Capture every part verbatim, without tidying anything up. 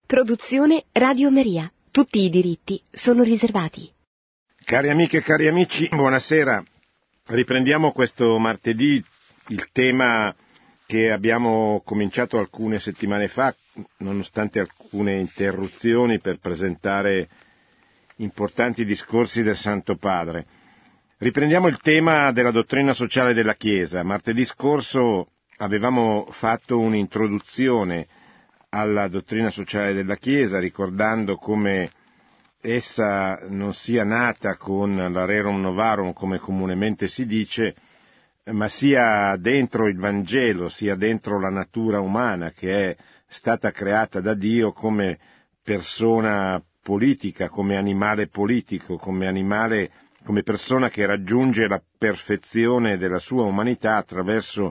Produzione Radio Maria. Tutti i diritti sono riservati. Cari amiche e cari amici, buonasera. Riprendiamo questo martedì il tema che abbiamo cominciato alcune settimane fa, nonostante alcune interruzioni per presentare importanti discorsi del Santo Padre. Riprendiamo il tema della dottrina sociale della Chiesa. Martedì scorso avevamo fatto un'introduzione alla dottrina sociale della Chiesa, ricordando come essa non sia nata con la Rerum Novarum, come comunemente si dice, ma sia dentro il Vangelo, sia dentro la natura umana che è stata creata da Dio come persona politica, come animale politico, come animale, come persona che raggiunge la perfezione della sua umanità attraverso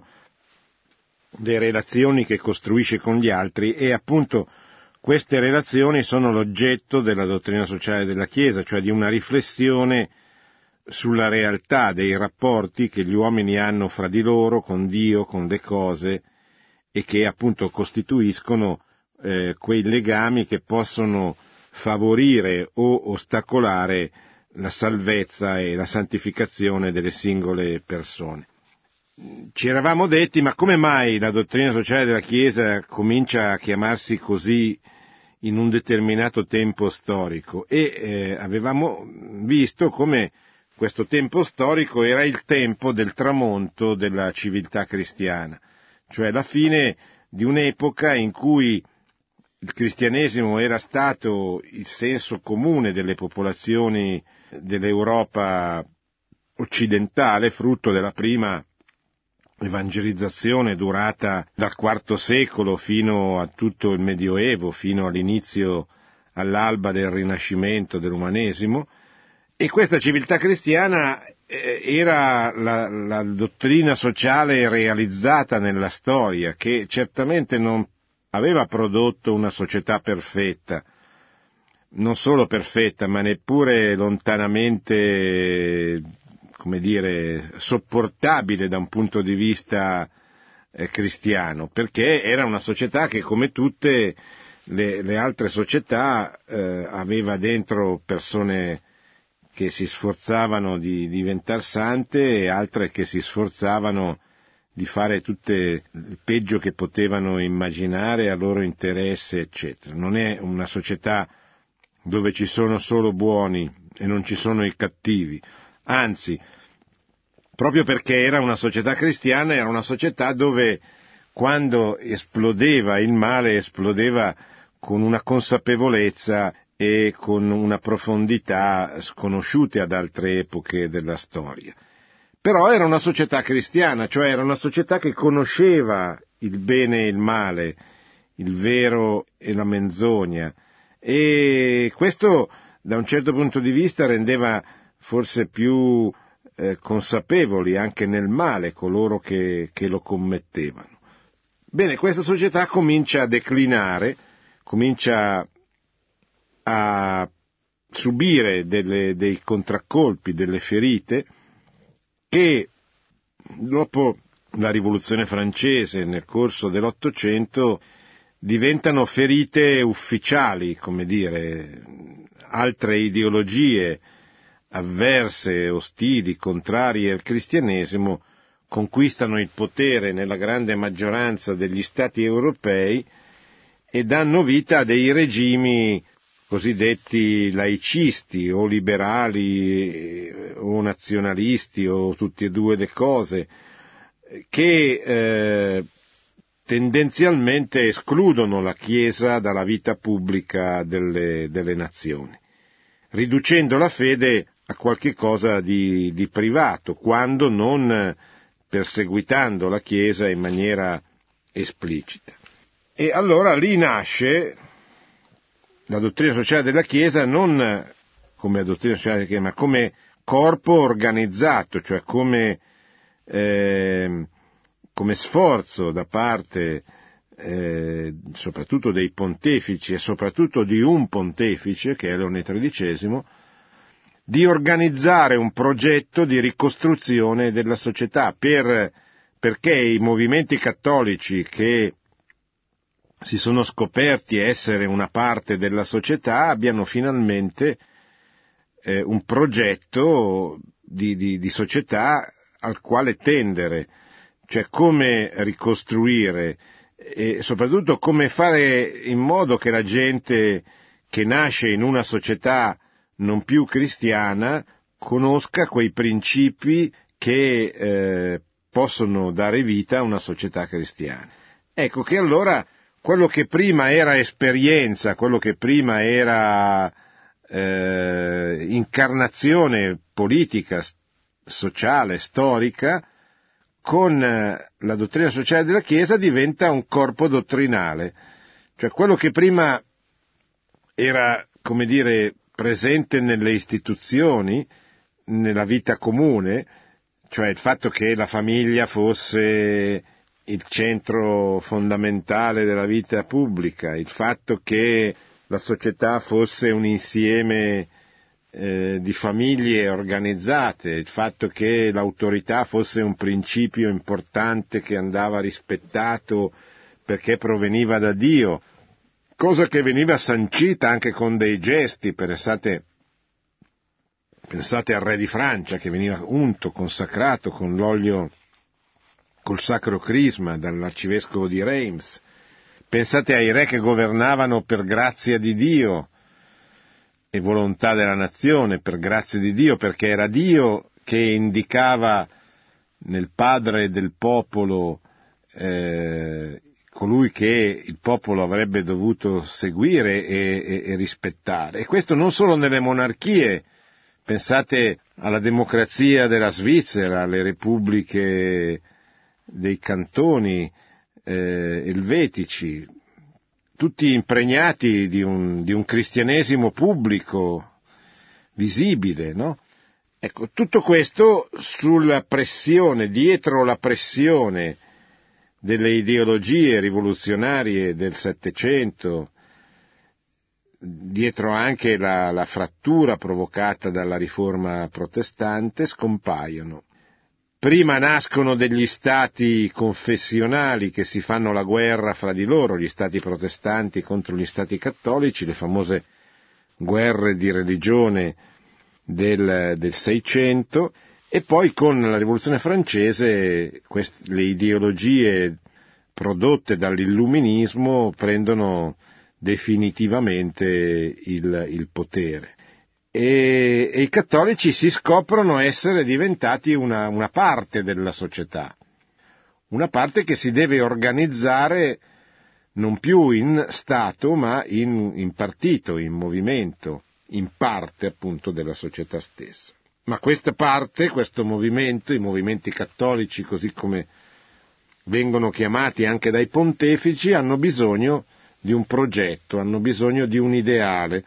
le relazioni che costruisce con gli altri, e appunto queste relazioni sono l'oggetto della dottrina sociale della Chiesa, cioè di una riflessione sulla realtà dei rapporti che gli uomini hanno fra di loro, con Dio, con le cose, e che appunto costituiscono eh, quei legami che possono favorire o ostacolare la salvezza e la santificazione delle singole persone. Ci eravamo detti, ma come mai la dottrina sociale della Chiesa comincia a chiamarsi così in un determinato tempo storico? E eh, avevamo visto come questo tempo storico era il tempo del tramonto della civiltà cristiana, cioè la fine di un'epoca in cui il cristianesimo era stato il senso comune delle popolazioni dell'Europa occidentale, frutto della prima evangelizzazione durata dal quarto secolo fino a tutto il Medioevo, fino all'inizio, all'alba del Rinascimento, dell'umanesimo, e questa civiltà cristiana eh, era la, la dottrina sociale realizzata nella storia, che certamente non aveva prodotto una società perfetta, non solo perfetta, ma neppure lontanamente, come dire, sopportabile da un punto di vista eh, cristiano, perché era una società che, come tutte le, le altre società, eh, aveva dentro persone che si sforzavano di diventare sante e altre che si sforzavano di fare tutto il peggio che potevano immaginare a loro interesse, eccetera. Non è una società dove ci sono solo buoni e non ci sono i cattivi. Anzi, proprio perché era una società cristiana, era una società dove quando esplodeva il male, esplodeva con una consapevolezza e con una profondità sconosciute ad altre epoche della storia. Però era una società cristiana, cioè era una società che conosceva il bene e il male, il vero e la menzogna, e questo da un certo punto di vista rendeva forse più eh, consapevoli anche nel male coloro che, che lo commettevano. Bene, questa società comincia a declinare, comincia a subire delle, dei contraccolpi, delle ferite, che dopo la rivoluzione francese, nel corso dell'Ottocento, diventano ferite ufficiali, come dire, altre ideologie avverse, ostili, contrarie al cristianesimo, conquistano il potere nella grande maggioranza degli Stati europei e danno vita a dei regimi cosiddetti laicisti o liberali o nazionalisti o tutte e due le cose, che eh, tendenzialmente escludono la Chiesa dalla vita pubblica delle, delle nazioni, riducendo la fede a qualche cosa di, di privato, quando non perseguitando la Chiesa in maniera esplicita. E allora lì nasce la dottrina sociale della Chiesa, non come la dottrina sociale della Chiesa, ma come corpo organizzato, cioè come, eh, come sforzo da parte eh, soprattutto dei pontefici e soprattutto di un pontefice, che è Leone tredicesimo, di organizzare un progetto di ricostruzione della società, per, perché i movimenti cattolici che si sono scoperti essere una parte della società, abbiano finalmente eh, un progetto di, di, di società al quale tendere, cioè come ricostruire e soprattutto come fare in modo che la gente che nasce in una società non più cristiana conosca quei principi che eh, possono dare vita a una società cristiana. Ecco che allora quello che prima era esperienza, quello che prima era eh, incarnazione politica, sociale, storica, con la dottrina sociale della Chiesa diventa un corpo dottrinale. Cioè quello che prima era, come dire, presente nelle istituzioni, nella vita comune, cioè il fatto che la famiglia fosse il centro fondamentale della vita pubblica, il fatto che la società fosse un insieme eh, di famiglie organizzate, il fatto che l'autorità fosse un principio importante che andava rispettato perché proveniva da Dio, cosa che veniva sancita anche con dei gesti. Pensate, pensate al re di Francia che veniva unto, consacrato con l'olio, col sacro crisma dall'arcivescovo di Reims. Pensate ai re che governavano per grazia di Dio e volontà della nazione, per grazia di Dio, perché era Dio che indicava nel padre del popolo eh, colui che il popolo avrebbe dovuto seguire e, e, e rispettare. E questo non solo nelle monarchie, pensate alla democrazia della Svizzera, alle repubbliche dei cantoni eh, elvetici, tutti impregnati di un, di un cristianesimo pubblico, visibile, no? Ecco, tutto questo sulla pressione, dietro la pressione delle ideologie rivoluzionarie del Settecento, dietro anche la, la frattura provocata dalla riforma protestante, scompaiono. Prima nascono degli stati confessionali che si fanno la guerra fra di loro, gli stati protestanti contro gli stati cattolici, le famose guerre di religione del, del Seicento, e poi con la rivoluzione francese queste, le ideologie prodotte dall'illuminismo prendono definitivamente il, il potere. E, e i cattolici si scoprono essere diventati una, una parte della società, una parte che si deve organizzare non più in Stato ma in, in partito, in movimento, in parte appunto della società stessa. Ma questa parte, questo movimento, i movimenti cattolici così come vengono chiamati anche dai pontefici, hanno bisogno di un progetto, hanno bisogno di un ideale.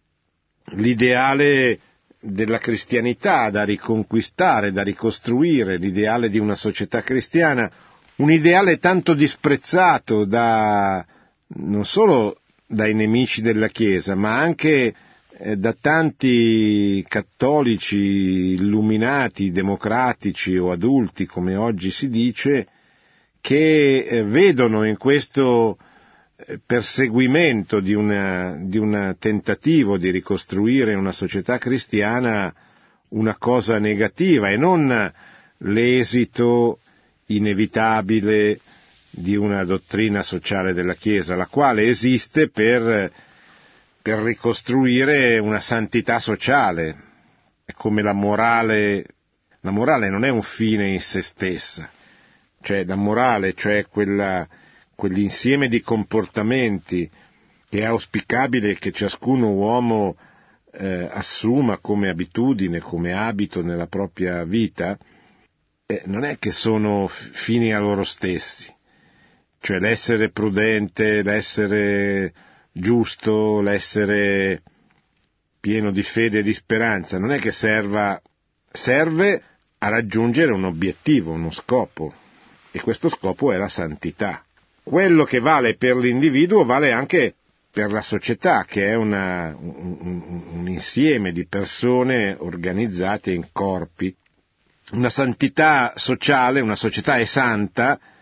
L'ideale della cristianità da riconquistare, da ricostruire, l'ideale di una società cristiana, un ideale tanto disprezzato da, non solo dai nemici della Chiesa, ma anche eh, da tanti cattolici illuminati, democratici o adulti, come oggi si dice, che eh, vedono in questo perseguimento di una, di un tentativo di ricostruire una società cristiana una cosa negativa e non l'esito inevitabile di una dottrina sociale della Chiesa, la quale esiste per, per ricostruire una santità sociale. È come la morale, la morale non è un fine in se stessa, cioè la morale, cioè quella quell'insieme di comportamenti che è auspicabile che ciascuno uomo eh, assuma come abitudine, come abito nella propria vita, eh, non è che sono fini a loro stessi, cioè l'essere prudente, l'essere giusto, l'essere pieno di fede e di speranza, non è che serva, serve a raggiungere un obiettivo, uno scopo, e questo scopo è la santità. Quello che vale per l'individuo vale anche per la società, che è una, un, un insieme di persone organizzate in corpi. Una santità sociale, una società è santa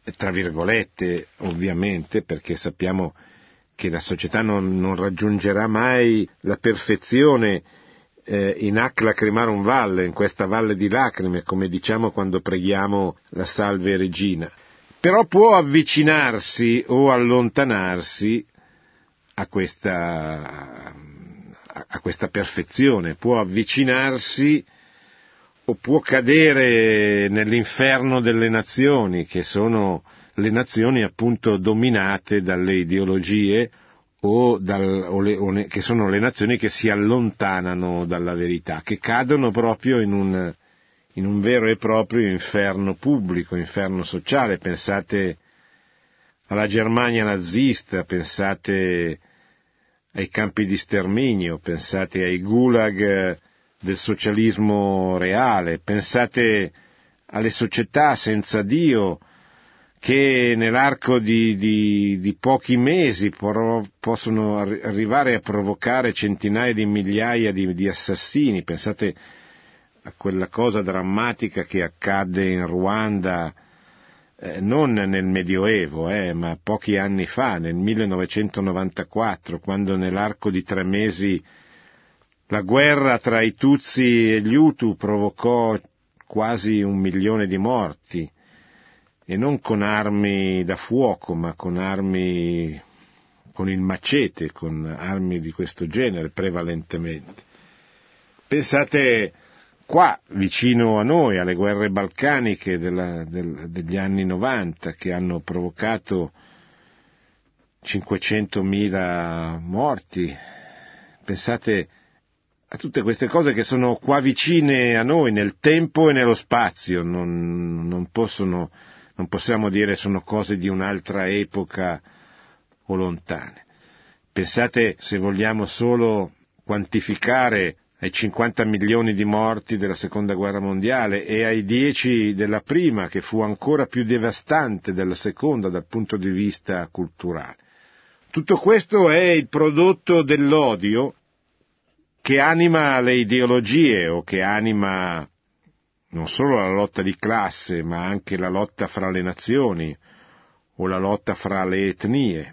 tra virgolette ovviamente, perché sappiamo che la società non, non raggiungerà mai la perfezione eh, in hac lacrimarum valle, in questa valle di lacrime, come diciamo quando preghiamo la Salve Regina, però può avvicinarsi o allontanarsi a questa, a questa perfezione, può avvicinarsi o può cadere nell'inferno delle nazioni, che sono le nazioni appunto dominate dalle ideologie o, dal, o, le, o ne, che sono le nazioni che si allontanano dalla verità, che cadono proprio in un, in un vero e proprio inferno pubblico, inferno sociale. Pensate alla Germania nazista, pensate ai campi di sterminio, pensate ai gulag del socialismo reale, pensate alle società senza Dio che nell'arco di, di, di pochi mesi por, possono arrivare a provocare centinaia di migliaia di, di assassini. Pensate a quella cosa drammatica che accadde in Ruanda, eh, non nel Medioevo, eh, ma pochi anni fa, nel millenovecentonovantaquattro, quando nell'arco di tre mesi la guerra tra i Tutsi e gli Hutu provocò quasi un milione di morti, e non con armi da fuoco, ma con armi, con il macete, con armi di questo genere prevalentemente. Pensate qua, vicino a noi, alle guerre balcaniche della, del, degli anni novanta, che hanno provocato cinquecentomila morti. Pensate a tutte queste cose che sono qua vicine a noi, nel tempo e nello spazio, non, non possono, non possiamo dire sono cose di un'altra epoca o lontane. Pensate, se vogliamo solo quantificare, ai cinquanta milioni di morti della seconda guerra mondiale e ai dieci della prima, che fu ancora più devastante della seconda dal punto di vista culturale. Tutto questo è il prodotto dell'odio che anima le ideologie o che anima non solo la lotta di classe, ma anche la lotta fra le nazioni o la lotta fra le etnie.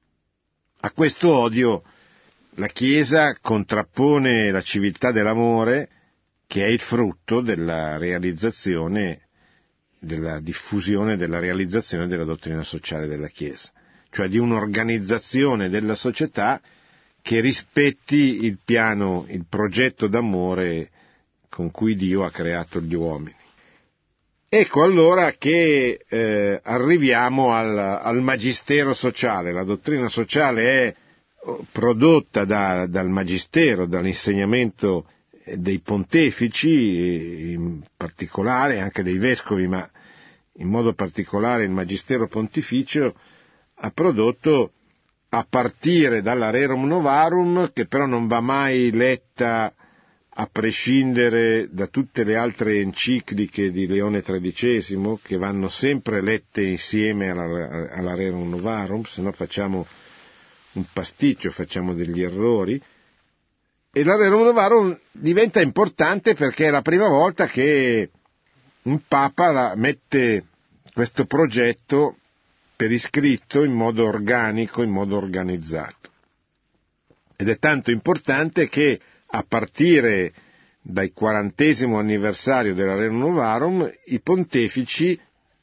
A questo odio la Chiesa contrappone la civiltà dell'amore, che è il frutto della realizzazione, della diffusione, della realizzazione della dottrina sociale della Chiesa, cioè di un'organizzazione della società che rispetti il piano, il progetto d'amore con cui Dio ha creato gli uomini. Ecco allora che eh, arriviamo al, al magistero sociale. La dottrina sociale è prodotta da, dal magistero, dall'insegnamento dei pontefici, in particolare anche dei vescovi, ma in modo particolare il magistero pontificio ha prodotto a partire dalla Rerum Novarum, che però non va mai letta a prescindere da tutte le altre encicliche di Leone tredicesimo, che vanno sempre lette insieme alla, alla Rerum Novarum, se no facciamo un pasticcio, facciamo degli errori. E la Rerum Novarum diventa importante perché è la prima volta che un Papa mette questo progetto per iscritto in modo organico, in modo organizzato. Ed è tanto importante che a partire dal quarantesimo anniversario della Rerum Novarum i pontefici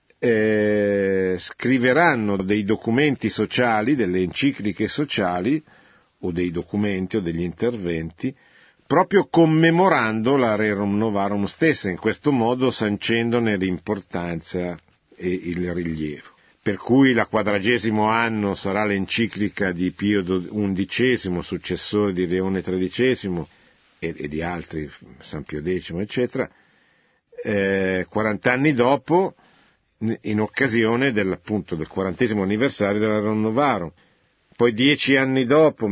eh, scriveranno dei documenti sociali, delle encicliche sociali, o dei documenti o degli interventi, proprio commemorando la Rerum Novarum stessa, in questo modo sancendone l'importanza e il rilievo. Per cui la quadragesimo anno sarà l'enciclica di Pio undicesimo, successore di Leone tredicesimo e, e di altri, San Pio decimo, eccetera, eh, quaranta anni dopo, in occasione del, appunto, del quarantesimo anniversario della Rerum Novarum. Poi dieci anni dopo,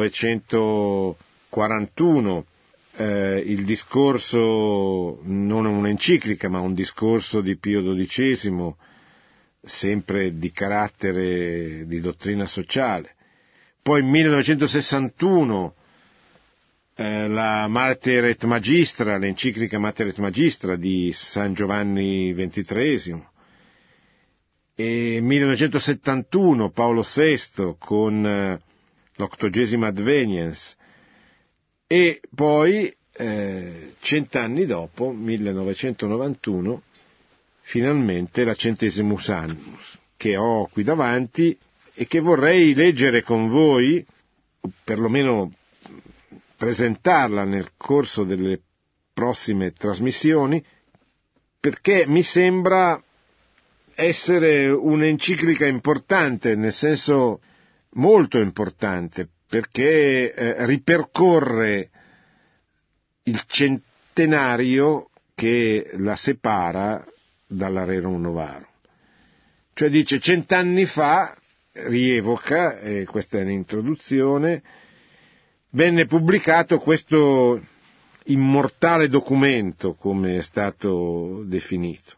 millenovecentoquarantuno, eh, il discorso, non un'enciclica, ma un discorso di Pio dodicesimo, sempre di carattere di dottrina sociale. Poi millenovecentosessantuno eh, la Mater et Magistra, l'enciclica Mater et Magistra di San Giovanni ventitreesimo, e millenovecentosettantuno Paolo sesto con eh, l'Octogesima Adveniens, e poi eh, cent'anni dopo, millenovecentonovantuno, finalmente la Centesimus Annus, che ho qui davanti e che vorrei leggere con voi, o perlomeno presentarla nel corso delle prossime trasmissioni, perché mi sembra essere un'enciclica importante, nel senso molto importante, perché eh, ripercorre il centenario che la separa dalla Rerum Novarum. Cioè dice, cent'anni fa, rievoca, e questa è l'introduzione, venne pubblicato questo immortale documento, come è stato definito.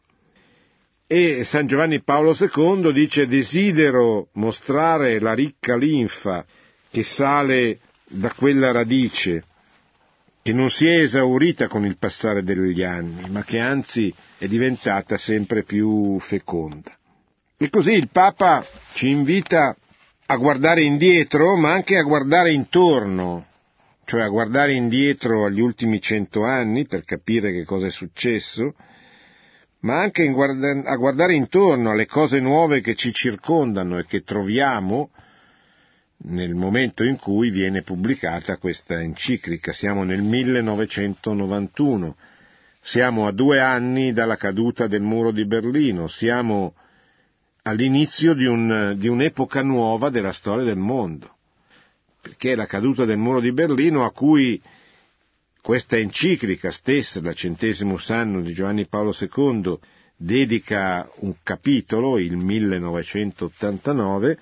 E San Giovanni Paolo secondo dice: desidero mostrare la ricca linfa che sale da quella radice, che non si è esaurita con il passare degli anni, ma che anzi è diventata sempre più feconda. E così il Papa ci invita a guardare indietro, ma anche a guardare intorno, cioè a guardare indietro agli ultimi cento anni per capire che cosa è successo, ma anche a guardare intorno alle cose nuove che ci circondano e che troviamo nel momento in cui viene pubblicata questa enciclica. Siamo nel millenovecentonovantuno, siamo a due anni dalla caduta del muro di Berlino, siamo all'inizio di, un, di un'epoca nuova della storia del mondo, perché è la caduta del muro di Berlino a cui questa enciclica stessa, la Centesimus Annus di Giovanni Paolo secondo, dedica un capitolo, il millenovecentottantanove,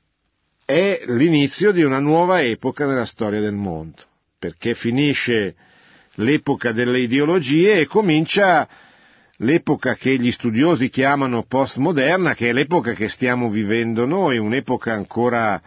è l'inizio di una nuova epoca nella storia del mondo, perché finisce l'epoca delle ideologie e comincia l'epoca che gli studiosi chiamano postmoderna, che è l'epoca che stiamo vivendo noi, un'epoca ancora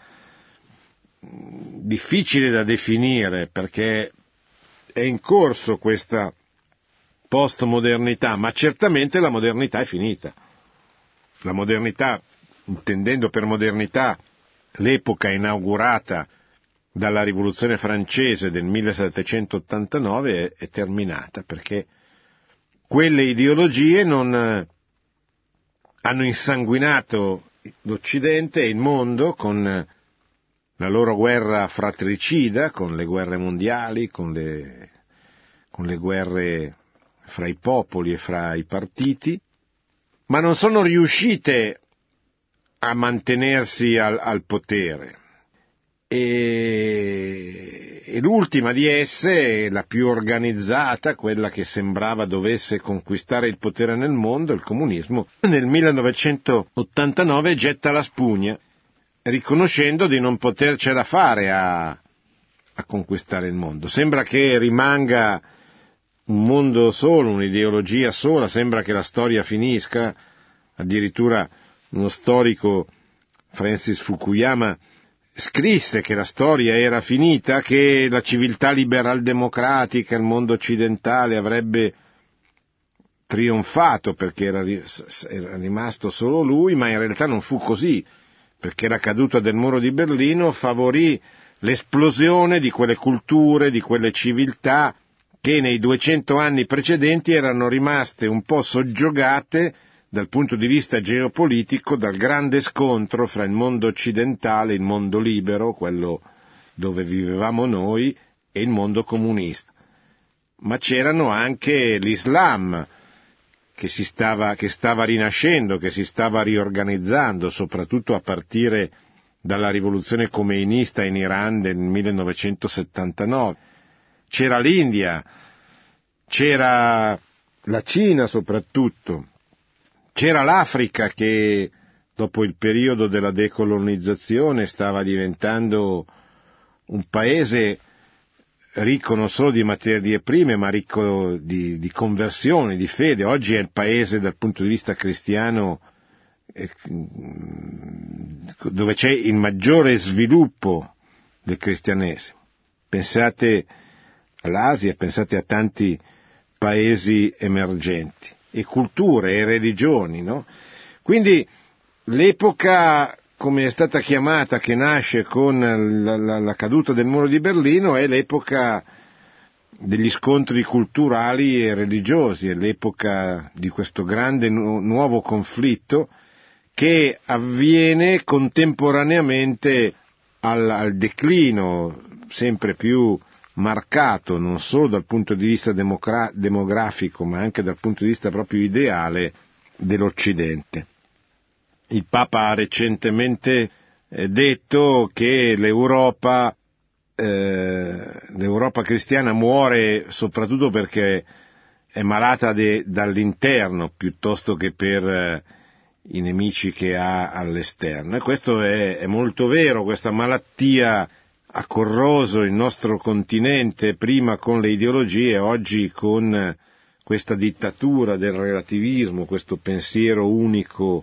difficile da definire, perché è in corso questa postmodernità, ma certamente la modernità è finita. La modernità, intendendo per modernità l'epoca inaugurata dalla rivoluzione francese del millesettecentottantanove, è, è terminata, perché quelle ideologie non hanno insanguinato l'Occidente e il mondo con la loro guerra fratricida, con le guerre mondiali, con le, con le guerre fra i popoli e fra i partiti, ma non sono riuscite a mantenersi al, al potere. E, e l'ultima di esse, la più organizzata, quella che sembrava dovesse conquistare il potere nel mondo, il comunismo, nel millenovecentottantanove getta la spugna, riconoscendo di non potercela fare a, a conquistare il mondo. Sembra che rimanga un mondo solo, un'ideologia sola, sembra che la storia finisca. Addirittura uno storico, Francis Fukuyama, scrisse che la storia era finita, che la civiltà liberal democratica, il mondo occidentale avrebbe trionfato perché era, era rimasto solo lui, ma in realtà non fu così, perché la caduta del muro di Berlino favorì l'esplosione di quelle culture, di quelle civiltà che nei duecento anni precedenti erano rimaste un po' soggiogate dal punto di vista geopolitico dal grande scontro fra il mondo occidentale, il mondo libero, quello dove vivevamo noi, e il mondo comunista. Ma c'erano anche l'Islam, che si stava, che stava rinascendo, che si stava riorganizzando, soprattutto a partire dalla rivoluzione khomeinista in Iran del millenovecentosettantanove. C'era l'India, c'era la Cina soprattutto, c'era l'Africa che dopo il periodo della decolonizzazione stava diventando un paese ricco non solo di materie prime, ma ricco di, di conversione, di fede. Oggi è il paese dal punto di vista cristiano eh, dove c'è il maggiore sviluppo del cristianesimo. Pensate all'Asia, pensate a tanti paesi emergenti, e culture e religioni, no? Quindi l'epoca, come è stata chiamata, che nasce con la, la, la caduta del muro di Berlino, è l'epoca degli scontri culturali e religiosi, è l'epoca di questo grande nu- nuovo conflitto che avviene contemporaneamente al, al declino sempre più marcato, non solo dal punto di vista democra- demografico, ma anche dal punto di vista proprio ideale dell'Occidente. Il Papa ha recentemente eh, detto che l'Europa, eh, l'Europa cristiana muore soprattutto perché è malata de- dall'interno piuttosto che per eh, i nemici che ha all'esterno. E questo è, è molto vero, questa malattia ha corroso il nostro continente prima con le ideologie, oggi con questa dittatura del relativismo, questo pensiero unico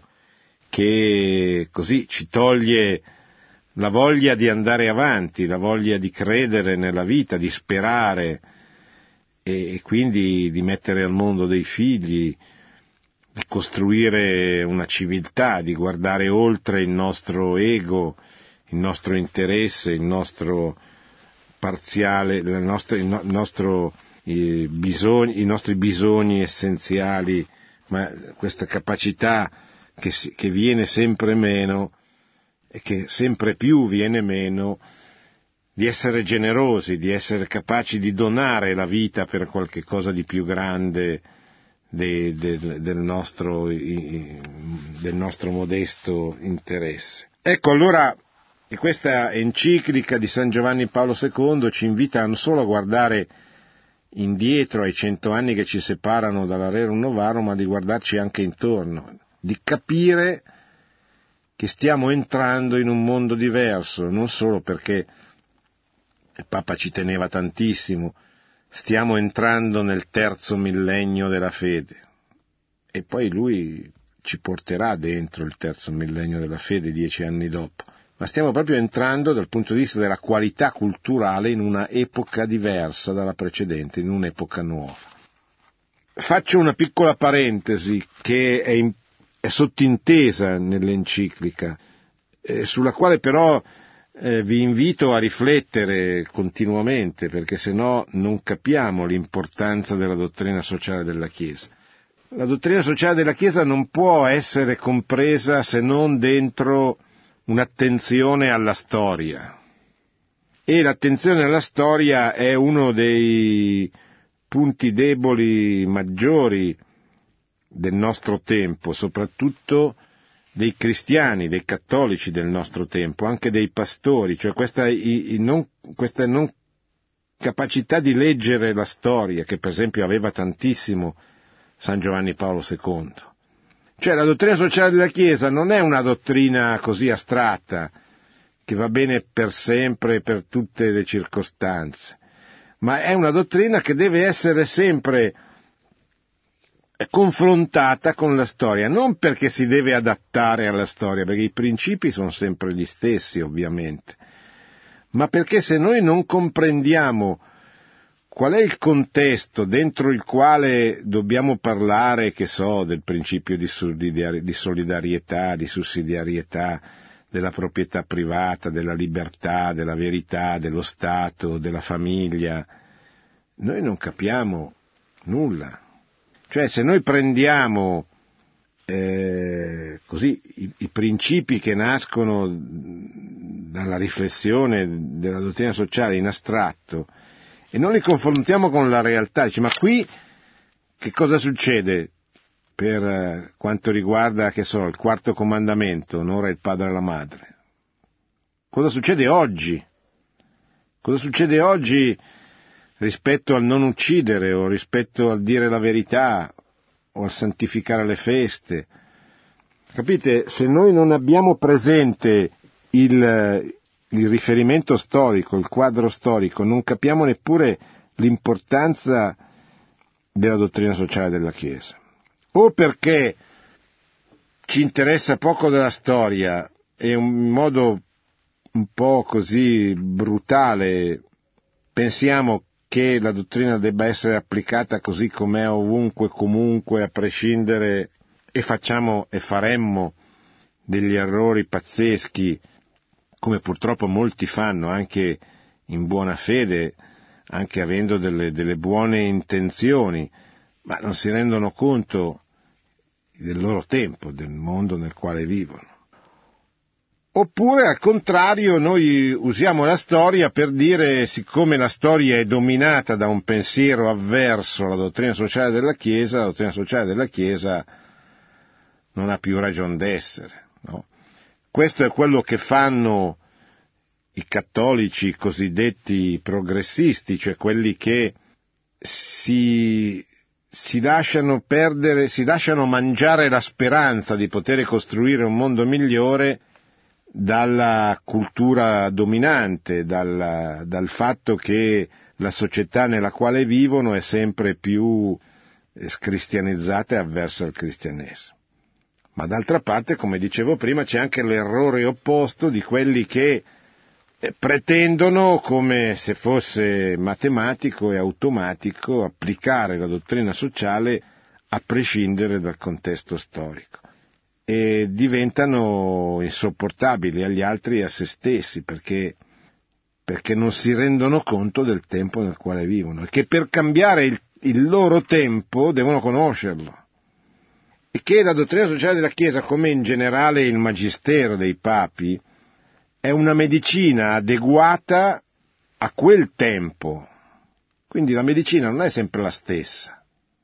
che così ci toglie la voglia di andare avanti, la voglia di credere nella vita, di sperare e, e quindi di mettere al mondo dei figli, di costruire una civiltà, di guardare oltre il nostro ego, il nostro interesse, il nostro parziale, il nostro, il nostro i, bisogni, i nostri bisogni essenziali, ma questa capacità che, si, che viene sempre meno e che sempre più viene meno di essere generosi, di essere capaci di donare la vita per qualche cosa di più grande de, de, del, nostro, del nostro modesto interesse. Ecco allora che questa enciclica di San Giovanni Paolo secondo ci invita non solo a guardare indietro ai cento anni che ci separano dalla Rerum Novarum, ma di guardarci anche intorno, di capire che stiamo entrando in un mondo diverso, non solo perché il Papa ci teneva tantissimo, stiamo entrando nel terzo millennio della fede e poi lui ci porterà dentro il terzo millennio della fede dieci anni dopo, ma stiamo proprio entrando dal punto di vista della qualità culturale in una epoca diversa dalla precedente, in un'epoca nuova. Faccio una piccola parentesi che è, in, è sottintesa nell'enciclica, eh, sulla quale però eh, vi invito a riflettere continuamente, perché se no non capiamo l'importanza della dottrina sociale della Chiesa. La dottrina sociale della Chiesa non può essere compresa se non dentro un'attenzione alla storia, e l'attenzione alla storia è uno dei punti deboli maggiori del nostro tempo, soprattutto dei cristiani, dei cattolici del nostro tempo, anche dei pastori, cioè questa, i, i non, questa non capacità di leggere la storia, che per esempio aveva tantissimo San Giovanni Paolo secondo. Cioè la dottrina sociale della Chiesa non è una dottrina così astratta, che va bene per sempre e per tutte le circostanze, ma è una dottrina che deve essere sempre confrontata con la storia, non perché si deve adattare alla storia, perché i principi sono sempre gli stessi ovviamente, ma perché se noi non comprendiamo qual è il contesto dentro il quale dobbiamo parlare, che so, del principio di solidarietà, di sussidiarietà, della proprietà privata, della libertà, della verità, dello Stato, della famiglia, noi non capiamo nulla. Cioè se noi prendiamo eh, così i, i principi che nascono dalla riflessione della dottrina sociale in astratto e non li confrontiamo con la realtà, dice, ma qui che cosa succede per eh, quanto riguarda, che so, il quarto comandamento, onora il padre e la madre? Cosa succede oggi? Cosa succede oggi rispetto al non uccidere o rispetto al dire la verità o al santificare le feste? Capite? Se noi non abbiamo presente il, il riferimento storico, il quadro storico, non capiamo neppure l'importanza della dottrina sociale della Chiesa. O perché ci interessa poco della storia e in modo un po' così brutale pensiamo che la dottrina debba essere applicata così com'è ovunque, comunque, a prescindere, e facciamo e faremmo degli errori pazzeschi, come purtroppo molti fanno anche in buona fede, anche avendo delle, delle buone intenzioni, ma non si rendono conto del loro tempo, del mondo nel quale vivono. Oppure, al contrario, noi usiamo la storia per dire, siccome la storia è dominata da un pensiero avverso alla dottrina sociale della Chiesa, la dottrina sociale della Chiesa non ha più ragion d'essere, no? Questo è quello che fanno i cattolici cosiddetti progressisti, cioè quelli che si, si lasciano perdere, si lasciano mangiare la speranza di poter costruire un mondo migliore dalla cultura dominante, dal, dal fatto che la società nella quale vivono è sempre più scristianizzata e avversa al cristianesimo. Ma d'altra parte, come dicevo prima, c'è anche l'errore opposto di quelli che pretendono, come se fosse matematico e automatico, applicare la dottrina sociale a prescindere dal contesto storico, e diventano insopportabili agli altri e a se stessi, perché, perché non si rendono conto del tempo nel quale vivono, e che per cambiare il, il loro tempo devono conoscerlo, e che la dottrina sociale della Chiesa, come in generale il magistero dei papi, è una medicina adeguata a quel tempo. Quindi la medicina non è sempre la stessa,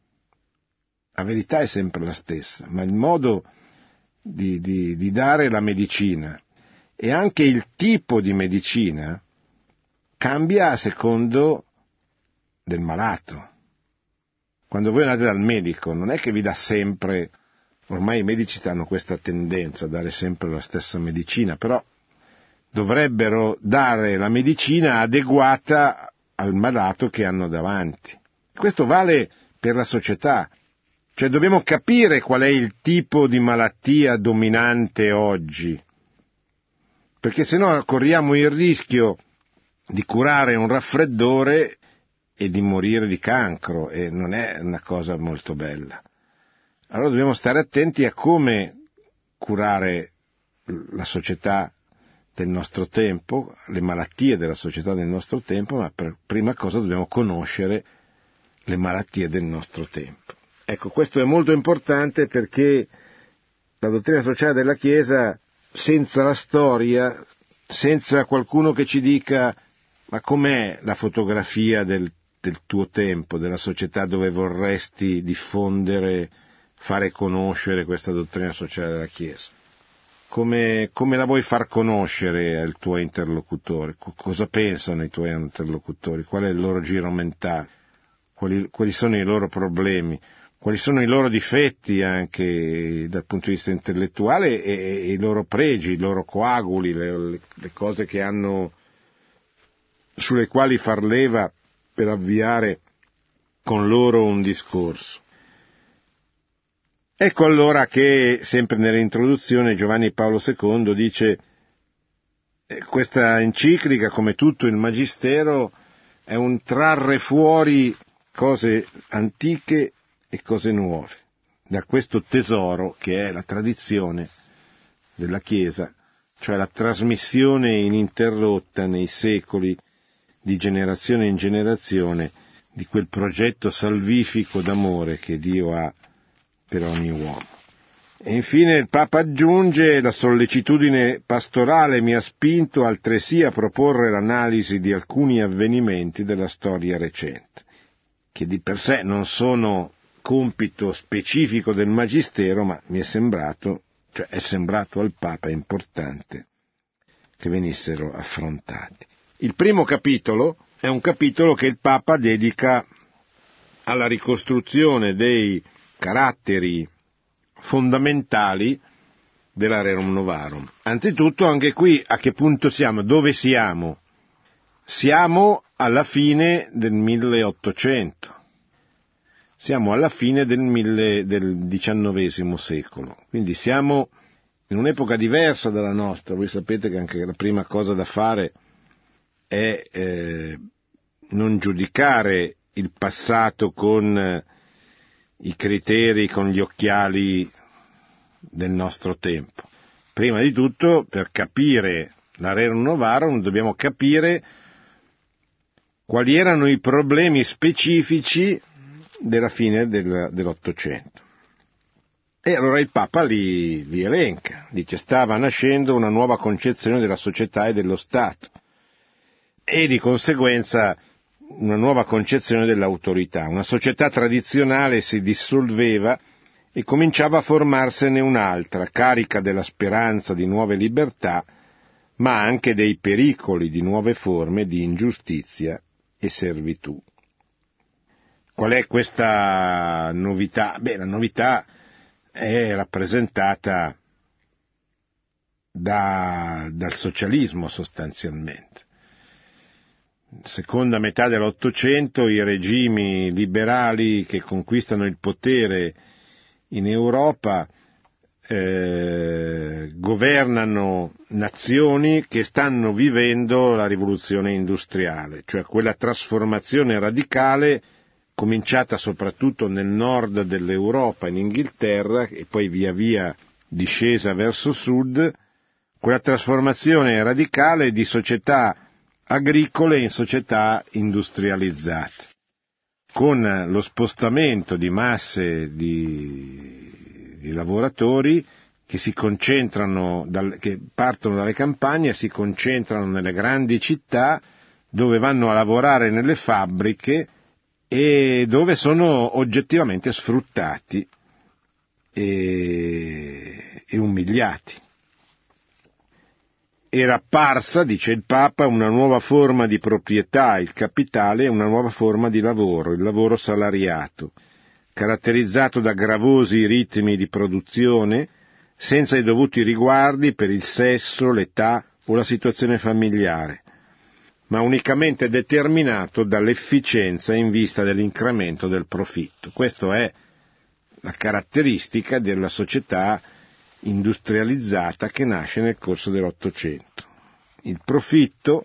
la verità è sempre la stessa, ma il modo di, di, di dare la medicina e anche il tipo di medicina cambia a secondo del malato. Quando voi andate dal medico non è che vi dà sempre, ormai i medici hanno questa tendenza a dare sempre la stessa medicina, però dovrebbero dare la medicina adeguata al malato che hanno davanti. Questo vale per la società, cioè dobbiamo capire qual è il tipo di malattia dominante oggi, perché se no corriamo il rischio di curare un raffreddore e di morire di cancro, e non è una cosa molto bella. Allora dobbiamo stare attenti a come curare la società del nostro tempo, le malattie della società del nostro tempo, ma per prima cosa dobbiamo conoscere le malattie del nostro tempo. Ecco, questo è molto importante, perché la dottrina sociale della Chiesa, senza la storia, senza qualcuno che ci dica ma com'è la fotografia del, del tuo tempo, della società dove vorresti diffondere, fare conoscere questa dottrina sociale della Chiesa. Come, come la vuoi far conoscere al tuo interlocutore? Cosa pensano i tuoi interlocutori? Qual è il loro giro mentale? Quali, quali sono i loro problemi? Quali sono i loro difetti anche dal punto di vista intellettuale e, e i loro pregi, i loro coaguli, le, le cose che hanno, sulle quali far leva per avviare con loro un discorso. Ecco allora che, sempre nell'introduzione, Giovanni Paolo secondo dice eh, questa enciclica, come tutto il Magistero, è un trarre fuori cose antiche e cose nuove, da questo tesoro che è la tradizione della Chiesa, cioè la trasmissione ininterrotta nei secoli, di generazione in generazione, di quel progetto salvifico d'amore che Dio ha per ogni uomo. E infine il Papa aggiunge: la sollecitudine pastorale mi ha spinto altresì a proporre l'analisi di alcuni avvenimenti della storia recente, che di per sé non sono compito specifico del Magistero, ma mi è sembrato, cioè è sembrato al Papa importante che venissero affrontati. Il primo capitolo è un capitolo che il Papa dedica alla ricostruzione dei caratteri fondamentali della Rerum Novarum. Anzitutto, anche qui, a che punto siamo? Dove siamo? Siamo alla fine del milleottocento. Siamo alla fine del, mille, del diciannovesimo secolo. Quindi siamo in un'epoca diversa dalla nostra. Voi sapete che anche la prima cosa da fare è eh, non giudicare il passato con eh, i criteri, con gli occhiali del nostro tempo, Prima di tutto, per capire la Rerum Novarum, dobbiamo capire quali erano i problemi specifici della fine del, dell'Ottocento. E allora il Papa li, li elenca, dice stava nascendo una nuova concezione della società e dello Stato e di conseguenza una nuova concezione dell'autorità. Una società tradizionale si dissolveva e cominciava a formarsene un'altra, carica della speranza di nuove libertà, ma anche dei pericoli di nuove forme di ingiustizia e servitù. Qual è questa novità? Beh, la novità è rappresentata da, dal socialismo sostanzialmente. Seconda metà dell'Ottocento i regimi liberali che conquistano il potere in Europa eh, governano nazioni che stanno vivendo la rivoluzione industriale, cioè quella trasformazione radicale cominciata soprattutto nel nord dell'Europa, in Inghilterra, e poi via via discesa verso sud, quella trasformazione radicale di società agricole in società industrializzate, con lo spostamento di masse di, di lavoratori che si concentrano, dal, che partono dalle campagne e si concentrano nelle grandi città, dove vanno a lavorare nelle fabbriche e dove sono oggettivamente sfruttati e, e umiliati. Era apparsa, dice il Papa, una nuova forma di proprietà, il capitale, e una nuova forma di lavoro, il lavoro salariato, caratterizzato da gravosi ritmi di produzione, senza i dovuti riguardi per il sesso, l'età o la situazione familiare, ma unicamente determinato dall'efficienza in vista dell'incremento del profitto. Questa è la caratteristica della società industrializzata che nasce nel corso dell'Ottocento. Il profitto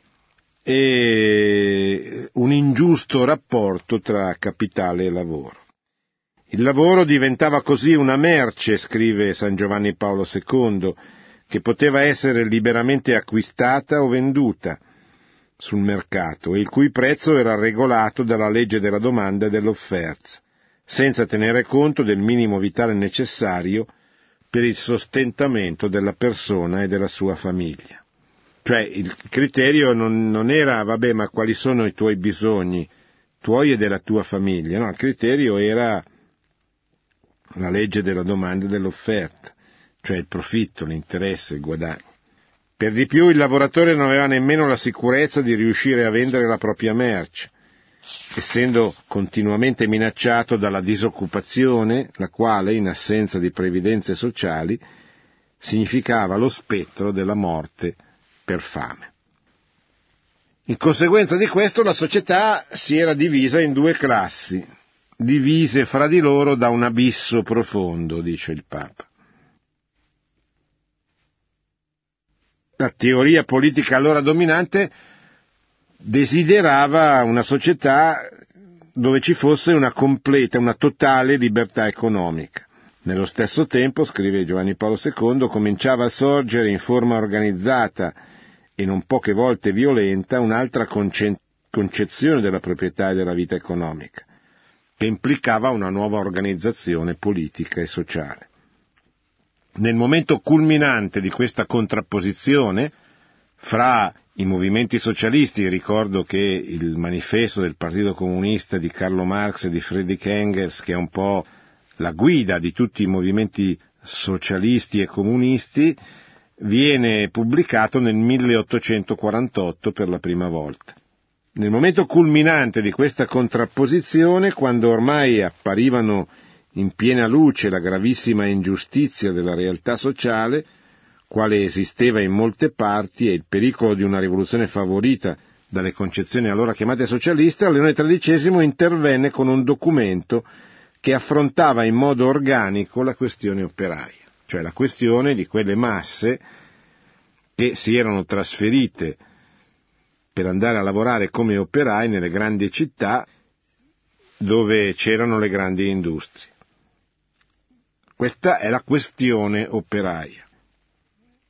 e un ingiusto rapporto tra capitale e lavoro. Il lavoro diventava così una merce, scrive San Giovanni Paolo secondo, che poteva essere liberamente acquistata o venduta sul mercato e il cui prezzo era regolato dalla legge della domanda e dell'offerta, senza tenere conto del minimo vitale necessario per il sostentamento della persona e della sua famiglia. Cioè il criterio non, non era, vabbè, ma quali sono i tuoi bisogni, tuoi e della tua famiglia, no, il criterio era la legge della domanda e dell'offerta, cioè il profitto, l'interesse, il guadagno. Per di più il lavoratore non aveva nemmeno la sicurezza di riuscire a vendere la propria merce, essendo continuamente minacciato dalla disoccupazione, la quale, in assenza di previdenze sociali, significava lo spettro della morte per fame. In conseguenza di questo la società si era divisa in due classi, divise fra di loro da un abisso profondo, dice il Papa. La teoria politica allora dominante desiderava una società dove ci fosse una completa, una totale libertà economica. Nello stesso tempo, scrive Giovanni Paolo secondo, cominciava a sorgere in forma organizzata e non poche volte violenta un'altra conce- concezione della proprietà e della vita economica, che implicava una nuova organizzazione politica e sociale. Nel momento culminante di questa contrapposizione fra i movimenti socialisti, ricordo che il manifesto del Partito Comunista di Carlo Marx e di Friedrich Engels, che è un po' la guida di tutti i movimenti socialisti e comunisti, viene pubblicato nel milleottocentoquarantotto per la prima volta. Nel momento culminante di questa contrapposizione, quando ormai apparivano in piena luce la gravissima ingiustizia della realtà sociale, quale esisteva in molte parti, e il pericolo di una rivoluzione favorita dalle concezioni allora chiamate socialiste, Leone tredicesimo intervenne con un documento che affrontava in modo organico la questione operaia, cioè la questione di quelle masse che si erano trasferite per andare a lavorare come operai nelle grandi città dove c'erano le grandi industrie. Questa è la questione operaia.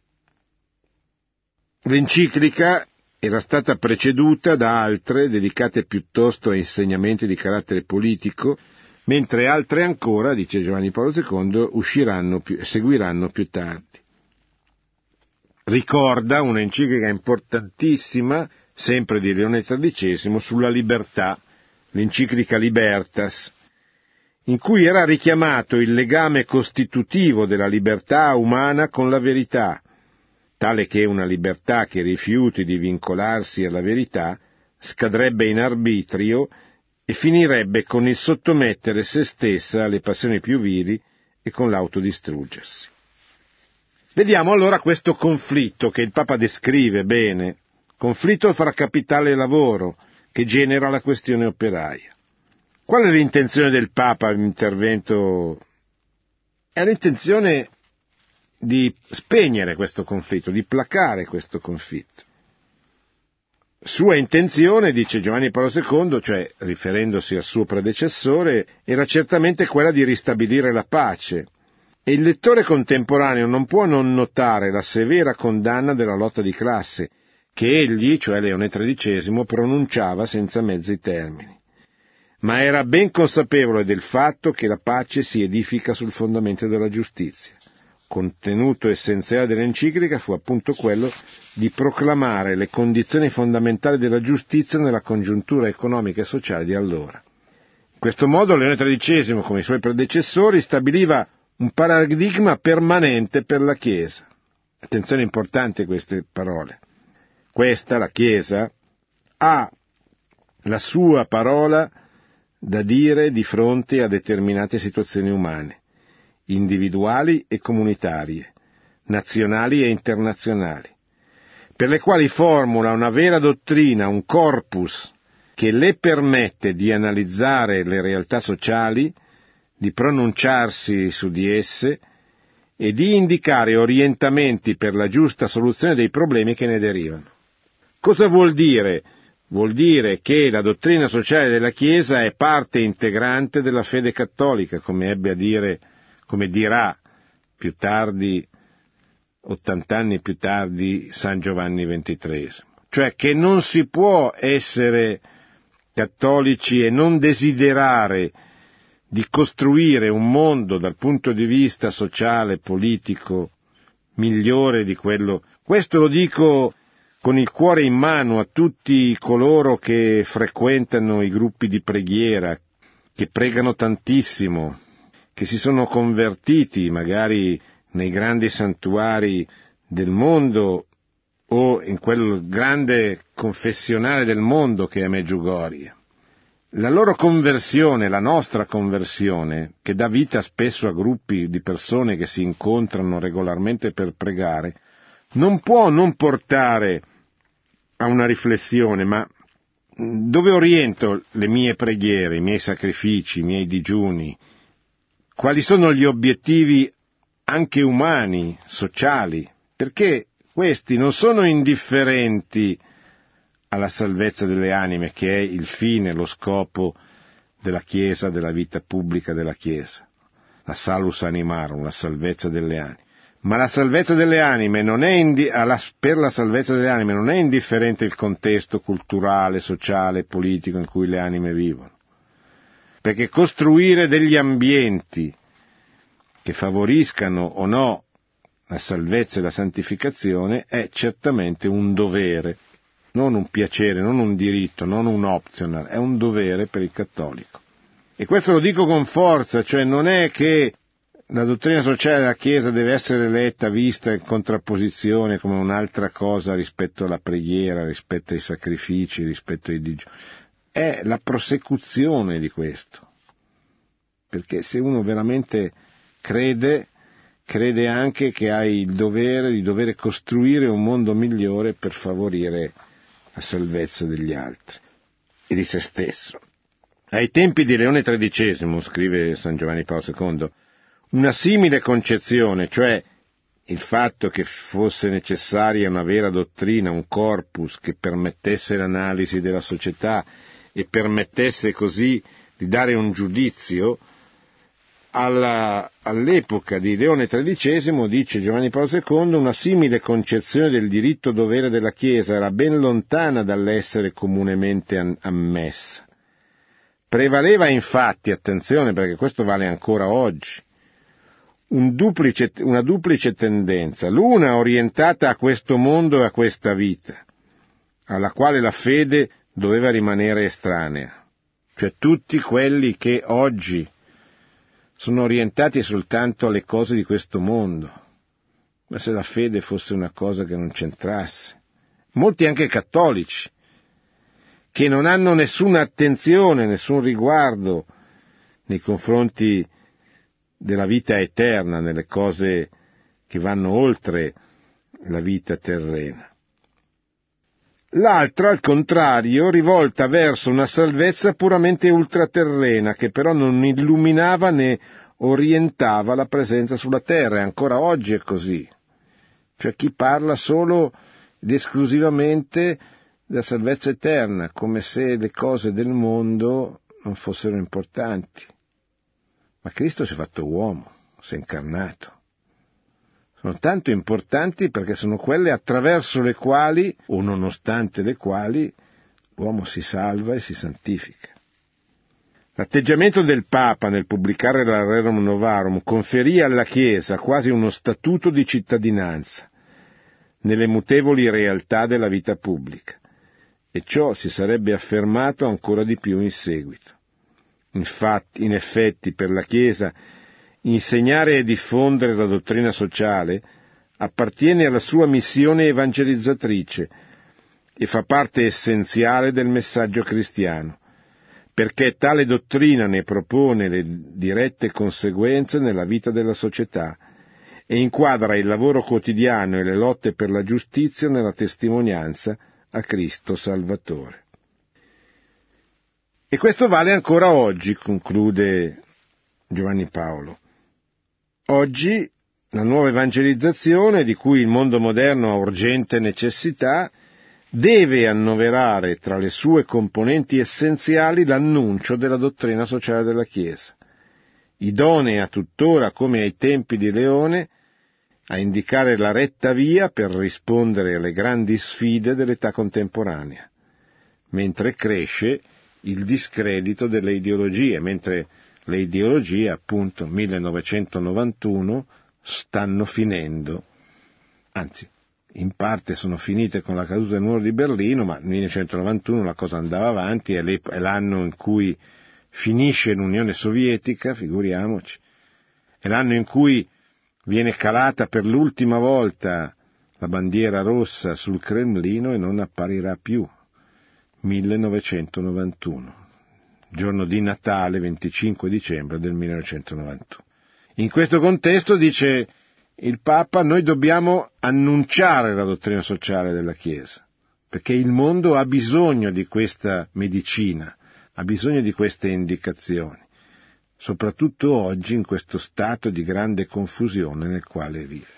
L'enciclica era stata preceduta da altre dedicate piuttosto a insegnamenti di carattere politico, mentre altre ancora, dice Giovanni Paolo secondo, usciranno più, seguiranno più tardi. Ricorda un'enciclica importantissima, sempre di Leone tredicesimo, sulla libertà, l'enciclica Libertas, in cui era richiamato il legame costitutivo della libertà umana con la verità, tale che una libertà che rifiuti di vincolarsi alla verità scadrebbe in arbitrio e finirebbe con il sottomettere se stessa alle passioni più vili e con l'autodistruggersi. Vediamo allora questo conflitto che il Papa descrive bene, conflitto fra capitale e lavoro, che genera la questione operaia. Qual è l'intenzione del Papa all'intervento? È l'intenzione di spegnere questo conflitto, di placare questo conflitto. Sua intenzione, dice Giovanni Paolo secondo, cioè riferendosi al suo predecessore, era certamente quella di ristabilire la pace, e il lettore contemporaneo non può non notare la severa condanna della lotta di classe, che egli, cioè Leone tredicesimo, pronunciava senza mezzi termini. Ma era ben consapevole del fatto che la pace si edifica sul fondamento della giustizia. Contenuto essenziale dell'enciclica fu appunto quello di proclamare le condizioni fondamentali della giustizia nella congiuntura economica e sociale di allora. In questo modo Leone tredicesimo, come i suoi predecessori, stabiliva un paradigma permanente per la Chiesa. Attenzione, importanti queste parole. Questa, la Chiesa, ha la sua parola da dire di fronte a determinate situazioni umane, individuali e comunitarie, nazionali e internazionali, per le quali formula una vera dottrina, un corpus che le permette di analizzare le realtà sociali, di pronunciarsi su di esse e di indicare orientamenti per la giusta soluzione dei problemi che ne derivano. Cosa vuol dire? Vuol dire che la dottrina sociale della Chiesa è parte integrante della fede cattolica, come ebbe a dire, come dirà più tardi, ottant'anni più tardi, San Giovanni ventitreesimo. Cioè che non si può essere cattolici e non desiderare di costruire un mondo dal punto di vista sociale, politico, migliore di quello. Questo lo dico con il cuore in mano a tutti coloro che frequentano i gruppi di preghiera, che pregano tantissimo, che si sono convertiti magari nei grandi santuari del mondo o in quel grande confessionale del mondo che è Medjugorje. La loro conversione, la nostra conversione, che dà vita spesso a gruppi di persone che si incontrano regolarmente per pregare, non può non portare a una riflessione, ma dove oriento le mie preghiere, i miei sacrifici, i miei digiuni? Quali sono gli obiettivi anche umani, sociali? Perché questi non sono indifferenti alla salvezza delle anime, che è il fine, lo scopo della Chiesa, della vita pubblica della Chiesa, la salus animarum, la salvezza delle anime. Ma la salvezza delle anime non è indi- alla, per la salvezza delle anime non è indifferente il contesto culturale, sociale, politico in cui le anime vivono. Perché costruire degli ambienti che favoriscano o no la salvezza e la santificazione è certamente un dovere, non un piacere, non un diritto, non un optional, è un dovere per il cattolico. E questo lo dico con forza, cioè non è che la dottrina sociale della Chiesa deve essere letta, vista in contrapposizione come un'altra cosa rispetto alla preghiera, rispetto ai sacrifici, rispetto ai digiuni. È la prosecuzione di questo. Perché se uno veramente crede, crede anche che ha il dovere di dover costruire un mondo migliore per favorire la salvezza degli altri e di se stesso. Ai tempi di Leone tredicesimo, scrive San Giovanni Paolo secondo, una simile concezione, cioè il fatto che fosse necessaria una vera dottrina, un corpus che permettesse l'analisi della società e permettesse così di dare un giudizio, alla, all'epoca di Leone tredicesimo, dice Giovanni Paolo secondo, una simile concezione del diritto-dovere della Chiesa era ben lontana dall'essere comunemente ammessa. Prevaleva infatti, attenzione perché questo vale ancora oggi, un duplice, una duplice tendenza, l'una orientata a questo mondo e a questa vita, alla quale la fede doveva rimanere estranea, cioè tutti quelli che oggi sono orientati soltanto alle cose di questo mondo, ma se la fede fosse una cosa che non c'entrasse. Molti anche cattolici, che non hanno nessuna attenzione, nessun riguardo nei confronti della vita eterna, nelle cose che vanno oltre la vita terrena. L'altra, al contrario, rivolta verso una salvezza puramente ultraterrena, che però non illuminava né orientava la presenza sulla terra, e ancora oggi è così. Cioè chi parla solo ed esclusivamente della salvezza eterna, come se le cose del mondo non fossero importanti. Ma Cristo si è fatto uomo, si è incarnato. Sono tanto importanti perché sono quelle attraverso le quali, o nonostante le quali, l'uomo si salva e si santifica. L'atteggiamento del Papa nel pubblicare la Rerum Novarum conferì alla Chiesa quasi uno statuto di cittadinanza nelle mutevoli realtà della vita pubblica, e ciò si sarebbe affermato ancora di più in seguito. Infatti, in effetti, per la Chiesa, insegnare e diffondere la dottrina sociale appartiene alla sua missione evangelizzatrice e fa parte essenziale del messaggio cristiano, perché tale dottrina ne propone le dirette conseguenze nella vita della società e inquadra il lavoro quotidiano e le lotte per la giustizia nella testimonianza a Cristo Salvatore. E questo vale ancora oggi, conclude Giovanni Paolo. Oggi la nuova evangelizzazione, di cui il mondo moderno ha urgente necessità, deve annoverare tra le sue componenti essenziali l'annuncio della dottrina sociale della Chiesa, idonea tuttora come ai tempi di Leone a indicare la retta via per rispondere alle grandi sfide dell'età contemporanea, mentre cresce il discredito delle ideologie, mentre le ideologie, appunto, millenovecentonovantuno, stanno finendo, anzi, in parte sono finite con la caduta del muro di Berlino, ma nel millenovecentonovantuno la cosa andava avanti, è l'anno in cui finisce l'Unione Sovietica, figuriamoci, è l'anno in cui viene calata per l'ultima volta la bandiera rossa sul Cremlino e non apparirà più, millenovecentonovantuno. Giorno di Natale, venticinque dicembre del millenovecentonovantuno. In questo contesto, dice il Papa, noi dobbiamo annunciare la dottrina sociale della Chiesa, perché il mondo ha bisogno di questa medicina, ha bisogno di queste indicazioni, soprattutto oggi in questo stato di grande confusione nel quale vive.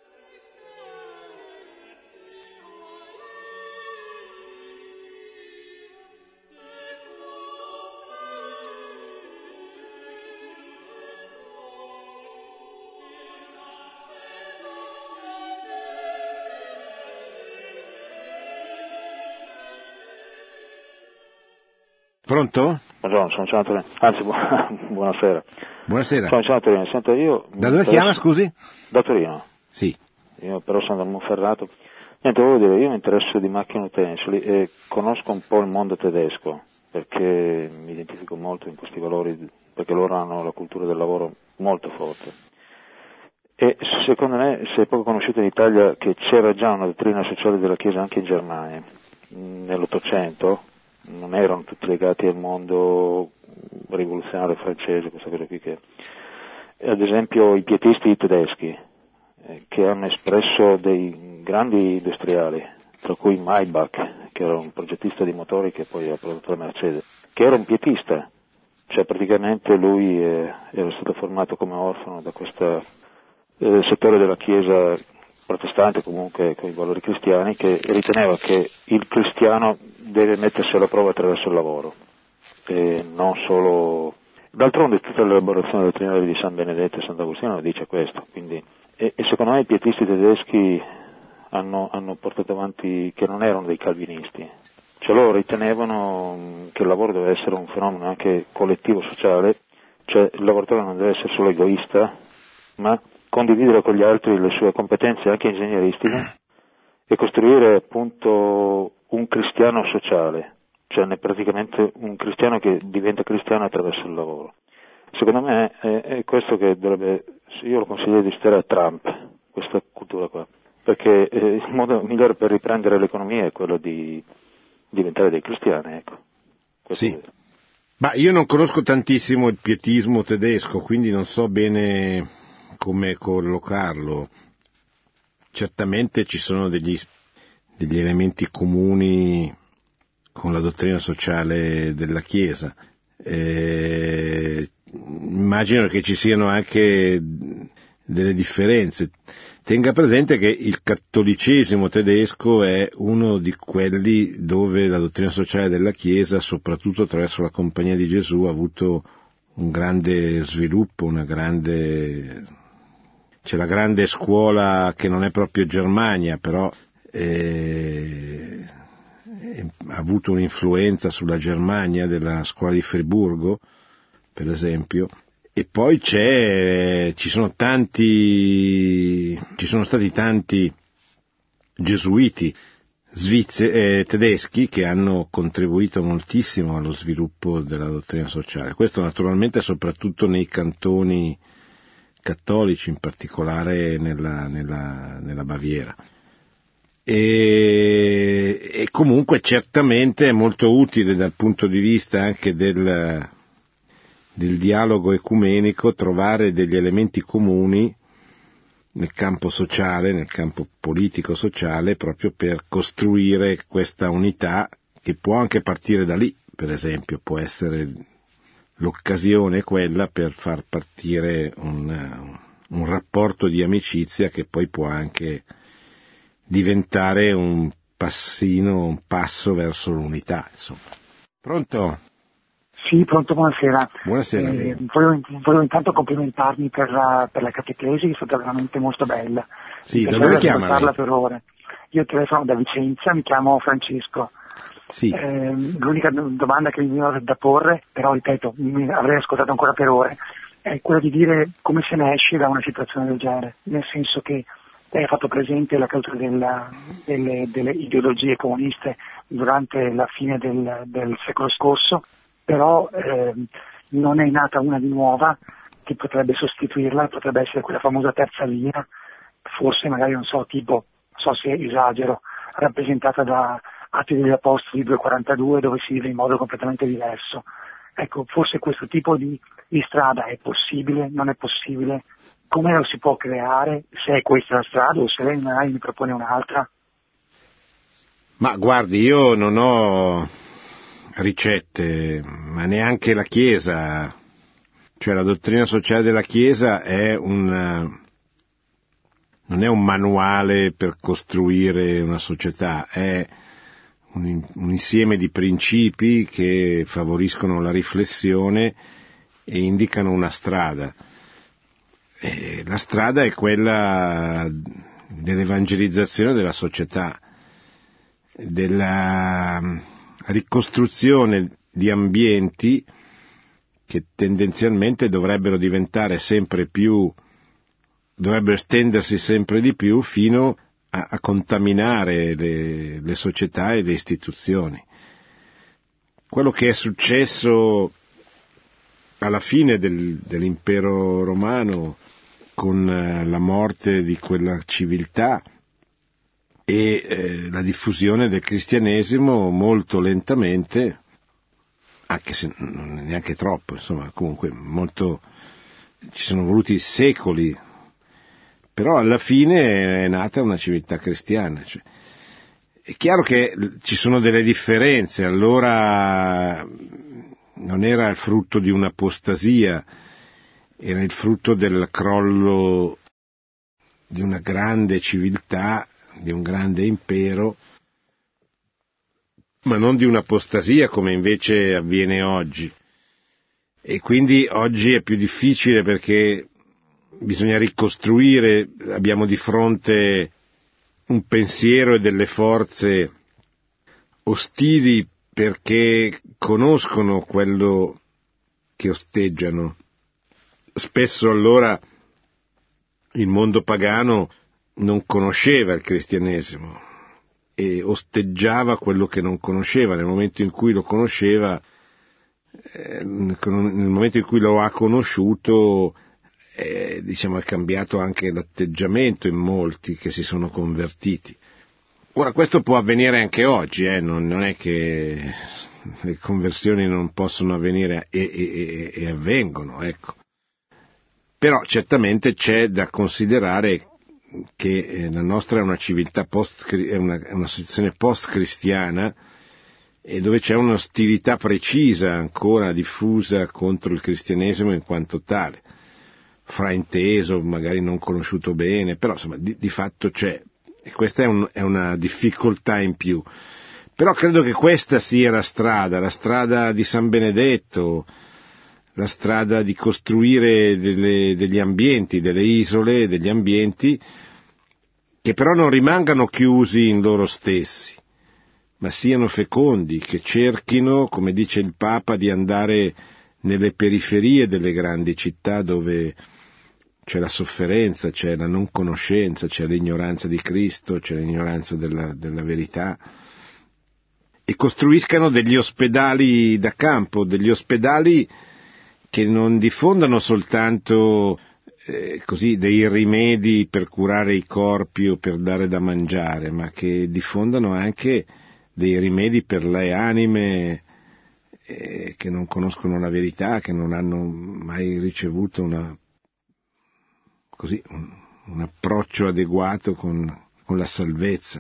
Pronto? Buongiorno, sono Gianni Torino, anzi bu- buonasera. Buonasera. Sono Gianni Torino, senta io... Da dove chiama, scusi? Da Torino. Sì. Io però sono da Monferrato. Niente, volevo dire, io mi interesso di macchine utensili e conosco un po' il mondo tedesco, perché mi identifico molto in questi valori, perché loro hanno la cultura del lavoro molto forte. E secondo me si è poco conosciuto in Italia che c'era già una dottrina sociale della Chiesa anche in Germania. Nell'Ottocento non erano tutti legati al mondo rivoluzionario francese, questa cosa qui che... Ad esempio i pietisti tedeschi, eh, che hanno espresso dei grandi industriali, tra cui Maybach, che era un progettista di motori che poi ha prodotto la Mercedes, che era un pietista, cioè praticamente lui eh, era stato formato come orfano da questo eh, settore della Chiesa protestante, comunque con i valori cristiani, che riteneva che il cristiano deve mettersi alla prova attraverso il lavoro e non solo D'altronde tutta l'elaborazione dottrinale di San Benedetto e Sant'Agostino dice questo, quindi, e, e secondo me i pietisti tedeschi hanno, hanno portato avanti, che non erano dei calvinisti, cioè loro ritenevano che il lavoro deve essere un fenomeno anche collettivo, sociale, cioè il lavoratore non deve essere solo egoista, ma condividere con gli altri le sue competenze anche ingegneristiche e costruire appunto un cristiano sociale, cioè praticamente un cristiano che diventa cristiano attraverso il lavoro. Secondo me è, è questo che dovrebbe, io lo consiglio di stare a Trump, questa cultura qua, perché eh, il modo migliore per riprendere l'economia è quello di diventare dei cristiani, ecco. Questo sì. È... Ma io non conosco tantissimo il pietismo tedesco, quindi non so bene come collocarlo. Certamente ci sono degli, degli elementi comuni con la dottrina sociale della Chiesa. Eh, immagino che ci siano anche delle differenze. Tenga presente che il cattolicesimo tedesco è uno di quelli dove la dottrina sociale della Chiesa, soprattutto attraverso la Compagnia di Gesù, ha avuto un grande sviluppo, una grande... c'è la grande scuola che non è proprio Germania, però eh, ha avuto un'influenza sulla Germania, della scuola di Friburgo, per esempio. E poi c'è, ci sono tanti, ci sono stati tanti gesuiti svizzeri, eh, tedeschi che hanno contribuito moltissimo allo sviluppo della dottrina sociale. Questo naturalmente soprattutto nei cantoni cattolici, in particolare nella, nella, nella Baviera. E, e comunque certamente è molto utile dal punto di vista anche del del dialogo ecumenico trovare degli elementi comuni nel campo sociale, nel campo politico-sociale, proprio per costruire questa unità che può anche partire da lì, per esempio, può essere l'occasione quella per far partire un, un rapporto di amicizia che poi può anche diventare un passino, un passo verso l'unità, insomma. Pronto? Sì, pronto, buonasera. Buonasera. Eh, volevo, volevo intanto complimentarmi per la, per la catechesi, che è stata veramente molto bella. Sì, da dove chiama lei? Per ore. Io telefono da Vicenza, mi chiamo Francesco. Sì. Eh, l'unica domanda che mi viene da porre, però ripeto, mi avrei ascoltato ancora per ore, è quella di dire come se ne esce da una situazione del genere, nel senso che lei ha fatto presente la causa della, delle, delle ideologie comuniste durante la fine del, del secolo scorso, però eh, non è nata una di nuova che potrebbe sostituirla, potrebbe essere quella famosa terza via, forse magari non so, tipo, non so se esagero, rappresentata da Atti degli Apostoli duecentoquarantadue, dove si vive in modo completamente diverso. Ecco, forse questo tipo di, di strada è possibile, non è possibile, come lo si può creare, se è questa la strada o se lei magari mi propone un'altra? Ma guardi, io non ho ricette, ma neanche la Chiesa, cioè la dottrina sociale della Chiesa è un, non è un manuale per costruire una società, è un, un insieme di principi che favoriscono la riflessione e indicano una strada. E la strada è quella dell'evangelizzazione della società, della ricostruzione di ambienti che tendenzialmente dovrebbero diventare sempre più, dovrebbero estendersi sempre di più fino a, a contaminare le, le società e le istituzioni. Quello che è successo alla fine del, dell'impero romano con la morte di quella civiltà e eh, la diffusione del cristianesimo molto lentamente, anche se non è neanche troppo, insomma, comunque molto, ci sono voluti secoli, però alla fine è nata una civiltà cristiana. Cioè, è chiaro che ci sono delle differenze, allora non era il frutto di un'apostasia, era il frutto del crollo di una grande civiltà, di un grande impero, ma non di un'apostasia come invece avviene oggi. E quindi oggi è più difficile perché bisogna ricostruire, abbiamo di fronte un pensiero e delle forze ostili perché conoscono quello che osteggiano. Spesso allora il mondo pagano non conosceva il cristianesimo e osteggiava quello che non conosceva. Nel momento in cui lo conosceva, eh, nel momento in cui lo ha conosciuto, eh, diciamo, è cambiato anche l'atteggiamento in molti che si sono convertiti. Ora, questo può avvenire anche oggi, eh? non, non è che le conversioni non possono avvenire e, e, e avvengono, ecco. Però certamente c'è da considerare che la nostra è una civiltà post, è una, è una situazione post-cristiana e dove c'è un'ostilità precisa ancora diffusa contro il cristianesimo in quanto tale, frainteso, magari non conosciuto bene, però insomma di, di fatto c'è. E questa è, un, è una difficoltà in più. Però credo che questa sia la strada, la strada di San Benedetto, la strada di costruire delle, degli ambienti, delle isole, degli ambienti che però non rimangano chiusi in loro stessi, ma siano fecondi, che cerchino, come dice il Papa, di andare nelle periferie delle grandi città dove c'è la sofferenza, c'è la non conoscenza, c'è l'ignoranza di Cristo, c'è l'ignoranza della, della verità, e costruiscano degli ospedali da campo, degli ospedali che non diffondano soltanto eh, così dei rimedi per curare i corpi o per dare da mangiare, ma che diffondano anche dei rimedi per le anime eh, che non conoscono la verità, che non hanno mai ricevuto una così un, un approccio adeguato con, con la salvezza.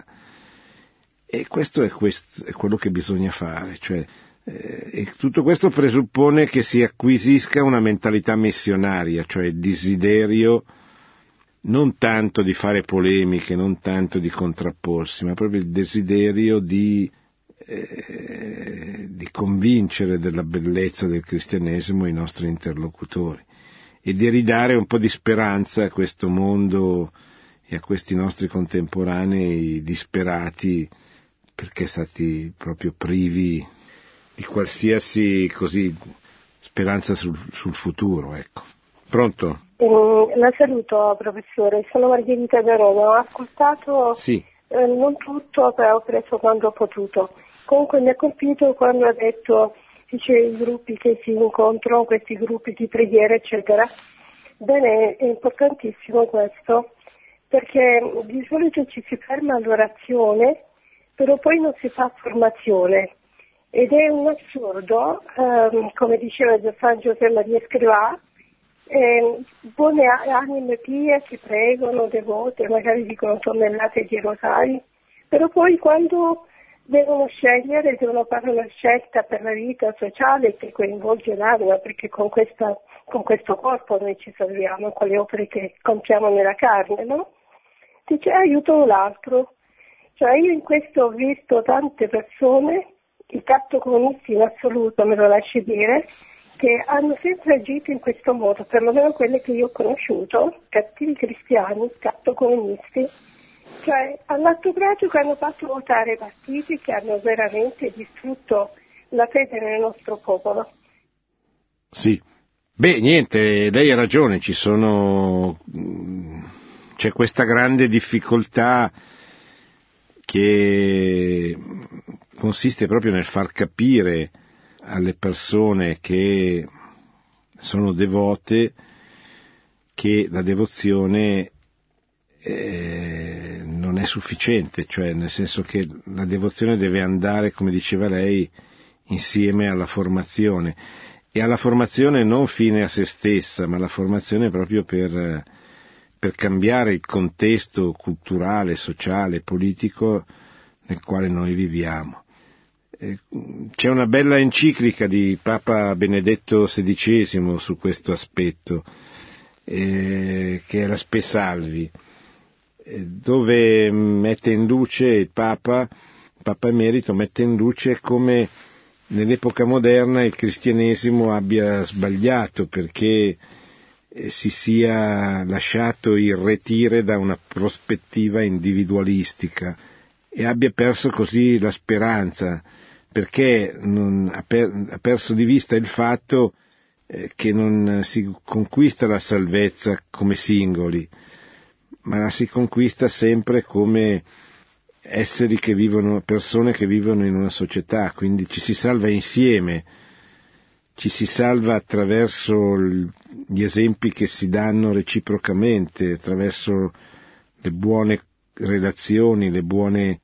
E questo è, questo è quello che bisogna fare, cioè, eh, e tutto questo presuppone che si acquisisca una mentalità missionaria, cioè il desiderio non tanto di fare polemiche, non tanto di contrapporsi, ma proprio il desiderio di, eh, di convincere della bellezza del cristianesimo i nostri interlocutori e di ridare un po' di speranza a questo mondo e a questi nostri contemporanei disperati perché stati proprio privi di qualsiasi così speranza sul, sul futuro, ecco. Pronto? Eh, la saluto, professore, sono Margherita da Roma, ho ascoltato sì. eh, non tutto, però ho preso quando ho potuto. Comunque mi ha colpito quando ha detto, dice, i gruppi che si incontrano, questi gruppi di preghiera, eccetera. Bene, è importantissimo questo, perché di solito ci si ferma all'orazione, però poi non si fa formazione. Ed è un assurdo, ehm, come diceva San Giuseppe Maria Scrivà, eh, buone anime pie che pregano, devote, magari dicono tonnellate di rosari, però poi quando devono scegliere, devono fare una scelta per la vita sociale che coinvolge l'anima, perché con, questa, con questo corpo noi ci salviamo, con le opere che compiamo nella carne, no? Dice aiuto l'altro. Cioè io in questo ho visto tante persone, i cattocomunisti in assoluto, me lo lasci dire, che hanno sempre agito in questo modo, perlomeno quelle che io ho conosciuto, cattivi cristiani, cattocomunisti, cioè all'atto pratico hanno fatto votare partiti che hanno veramente distrutto la fede nel nostro popolo. Sì, beh niente, lei ha ragione, ci sono, c'è questa grande difficoltà che consiste proprio nel far capire alle persone che sono devote che la devozione eh, non è sufficiente, cioè nel senso che la devozione deve andare, come diceva lei, insieme alla formazione, e alla formazione non fine a se stessa, ma la formazione proprio per, per cambiare il contesto culturale, sociale, politico nel quale noi viviamo. C'è una bella enciclica di Papa Benedetto sedicesimo su questo aspetto, eh, che è la Spe Salvi, eh, dove mette in luce il Papa, Papa Emerito mette in luce come nell'epoca moderna il cristianesimo abbia sbagliato, perché si sia lasciato irretire da una prospettiva individualistica e abbia perso così la speranza, perché non, ha, per, ha perso di vista il fatto eh, che non si conquista la salvezza come singoli, ma la si conquista sempre come esseri che vivono, persone che vivono in una società, quindi ci si salva insieme, ci si salva attraverso gli esempi che si danno reciprocamente, attraverso le buone relazioni, le buone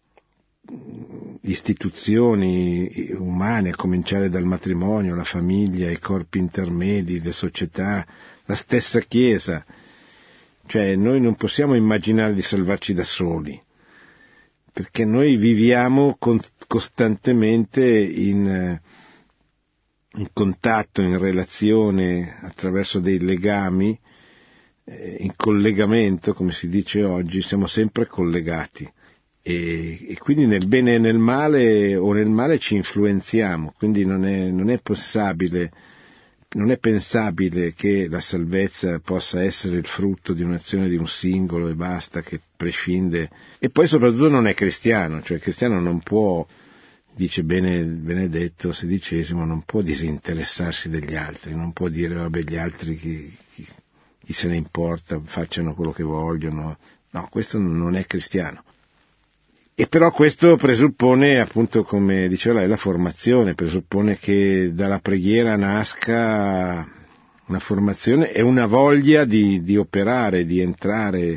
istituzioni umane, a cominciare dal matrimonio, la famiglia, i corpi intermedi, le società, la stessa Chiesa. Cioè noi non possiamo immaginare di salvarci da soli, perché noi viviamo con, costantemente in, in contatto, in relazione, attraverso dei legami, eh, in collegamento, come si dice oggi, siamo sempre collegati e, e quindi nel bene e nel male o nel male ci influenziamo, quindi non è, non è possibile, non è pensabile che la salvezza possa essere il frutto di un'azione di un singolo e basta, che prescinde, e poi soprattutto non è cristiano, cioè il cristiano non può, dice bene Benedetto sedicesimo, non può disinteressarsi degli altri, non può dire vabbè gli altri chi, chi, chi se ne importa, facciano quello che vogliono, no, questo non è cristiano. E però questo presuppone, appunto come diceva lei, la formazione, presuppone che dalla preghiera nasca una formazione e una voglia di, di operare, di entrare,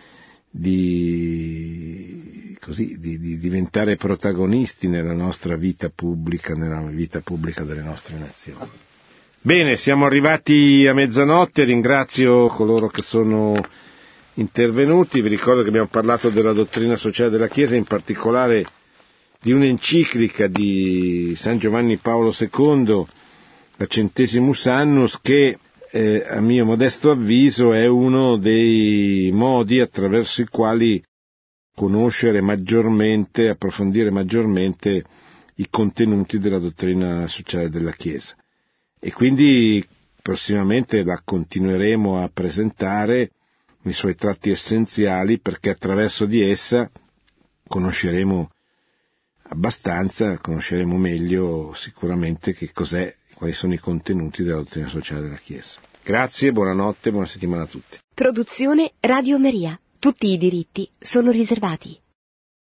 di, così, di, di diventare protagonisti nella nostra vita pubblica, nella vita pubblica delle nostre nazioni. Bene, siamo arrivati a mezzanotte, ringrazio coloro che sono intervenuti, vi ricordo che abbiamo parlato della dottrina sociale della Chiesa, in particolare di un'enciclica di San Giovanni Paolo secondo, la Centesimus Annus, che eh, a mio modesto avviso è uno dei modi attraverso i quali conoscere maggiormente, approfondire maggiormente i contenuti della dottrina sociale della Chiesa. E quindi prossimamente la continueremo a presentare i suoi tratti essenziali, perché attraverso di essa conosceremo abbastanza, conosceremo meglio sicuramente che cos'è, quali sono i contenuti della dottrina sociale della Chiesa. Grazie, buonanotte, buona settimana a tutti. Produzione Radio Maria. Tutti i diritti sono riservati.